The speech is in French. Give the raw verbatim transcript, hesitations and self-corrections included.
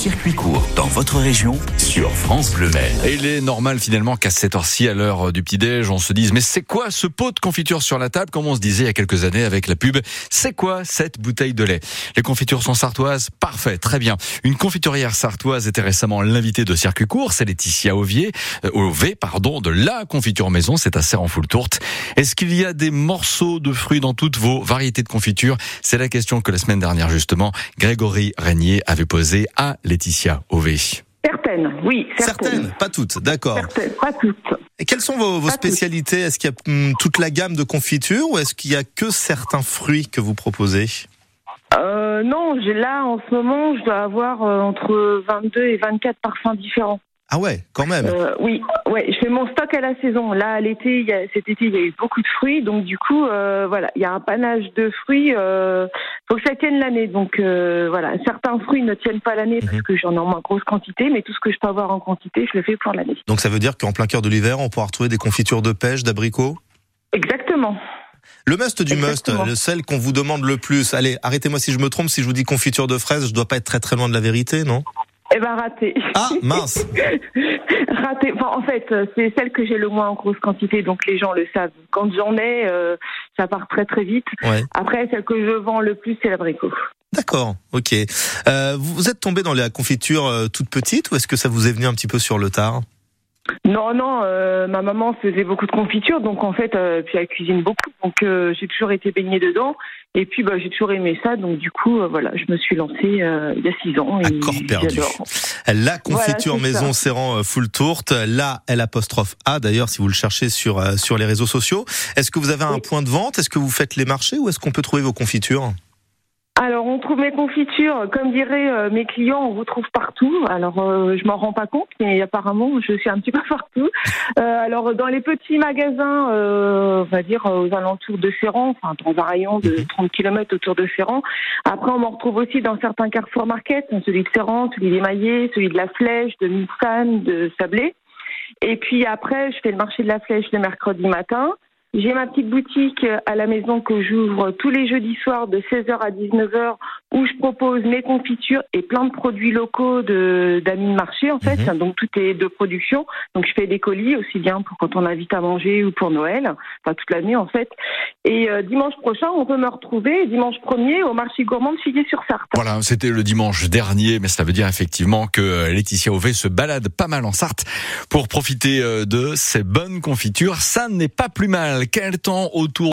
circuit court dans votre région sur France Bleu Maine. Et il est normal finalement qu'à cette heure-ci, à l'heure du petit-déj, on se dise mais c'est quoi ce pot de confiture sur la table, comme on se disait il y a quelques années avec la pub, c'est quoi cette bouteille de lait? Les confitures sont sartoises? Parfait, très bien. Une confiturière sartoise était récemment l'invitée de circuit court, c'est Laetitia Ovier, euh, Ové, pardon, de la confiture maison, c'est à Serran-Foultourte. Est-ce qu'il y a des morceaux de fruits dans toutes vos variétés de confitures? C'est la question que la semaine dernière justement, Grégory Régnier avait posée à Laetitia Ové. Certaines, oui. Certaines, certaines pas toutes, d'accord. Certaines, pas toutes. Et quelles sont vos, vos spécialités? Est-ce qu'il y a hum, toute la gamme de confitures ou est-ce qu'il y a que certains fruits que vous proposez? euh, Non, j'ai là en ce moment, je dois avoir euh, entre vingt-deux et vingt-quatre parfums différents. Ah ouais, quand même. Euh, oui, ouais, je fais mon stock à la saison. Là, à l'été, il y a, cet été, il y a eu beaucoup de fruits, donc du coup, euh, voilà, il y a un panache de fruits. Euh, faut que ça tienne l'année. Donc euh, voilà, certains fruits ne tiennent pas l'année parce que j'en ai en moins grosse quantité, mais tout ce que je peux avoir en quantité, je le fais pour l'année. Donc ça veut dire qu'en plein cœur de l'hiver, on pourra retrouver des confitures de pêche, d'abricots? Exactement. Le must du Exactement. must, le celle qu'on vous demande le plus. Allez, arrêtez-moi si je me trompe, si je vous dis confiture de fraises, je dois pas être très très loin de la vérité, non? Eh ben raté. Ah, mince. Raté. Enfin, en fait, c'est celle que j'ai le moins en grosse quantité, donc les gens le savent. Quand j'en ai, euh, ça part très très vite. Ouais. Après, celle que je vends le plus, c'est l'abricot. D'accord, ok. Euh, vous êtes tombé dans la confiture euh, toute petite ou est-ce que ça vous est venu un petit peu sur le tard? Non, non, euh, ma maman faisait beaucoup de confitures, donc en fait, euh, puis elle cuisine beaucoup, donc euh, j'ai toujours été baignée dedans, et puis bah, j'ai toujours aimé ça, donc du coup, euh, voilà, je me suis lancée euh, il y a six ans. Et Accord perdu. J'adore. La confiture Voilà, maison Serran-Foultourte, la L apostrophe A d'ailleurs, si vous le cherchez sur euh, sur les réseaux sociaux. Est-ce que vous avez un Oui. point de vente? Est-ce que vous faites les marchés ou est-ce qu'on peut trouver vos confitures? Alors, on trouve mes confitures, comme diraient euh, mes clients, on vous trouve partout. Alors, euh, je m'en rends pas compte, mais apparemment, je suis un petit peu partout. Euh, alors, dans les petits magasins, euh, on va dire aux alentours de Serran, enfin, dans un rayon de trente kilomètres autour de Serran. Après, on m'en retrouve aussi dans certains Carrefour Market, celui de Serran, celui des Maillets, celui de la Flèche, de Mulsanne, de Sablé. Et puis après, je fais le marché de la Flèche le mercredi matin. J'ai ma petite boutique à la maison que j'ouvre tous les jeudis soirs de seize heures à dix-neuf heures où je propose mes confitures et plein de produits locaux de, d'amis de marché en fait. Mmh. Donc tout est de production. Donc je fais des colis aussi bien pour quand on invite à manger ou pour Noël, enfin toute l'année en fait. Et euh, dimanche prochain, on peut me retrouver dimanche premier au marché gourmand de Filliez-sur-Sarthe. Voilà, c'était le dimanche dernier, mais ça veut dire effectivement que Laetitia Ové se balade pas mal en Sarthe pour profiter de ces bonnes confitures. Ça n'est pas plus mal. Quel temps autour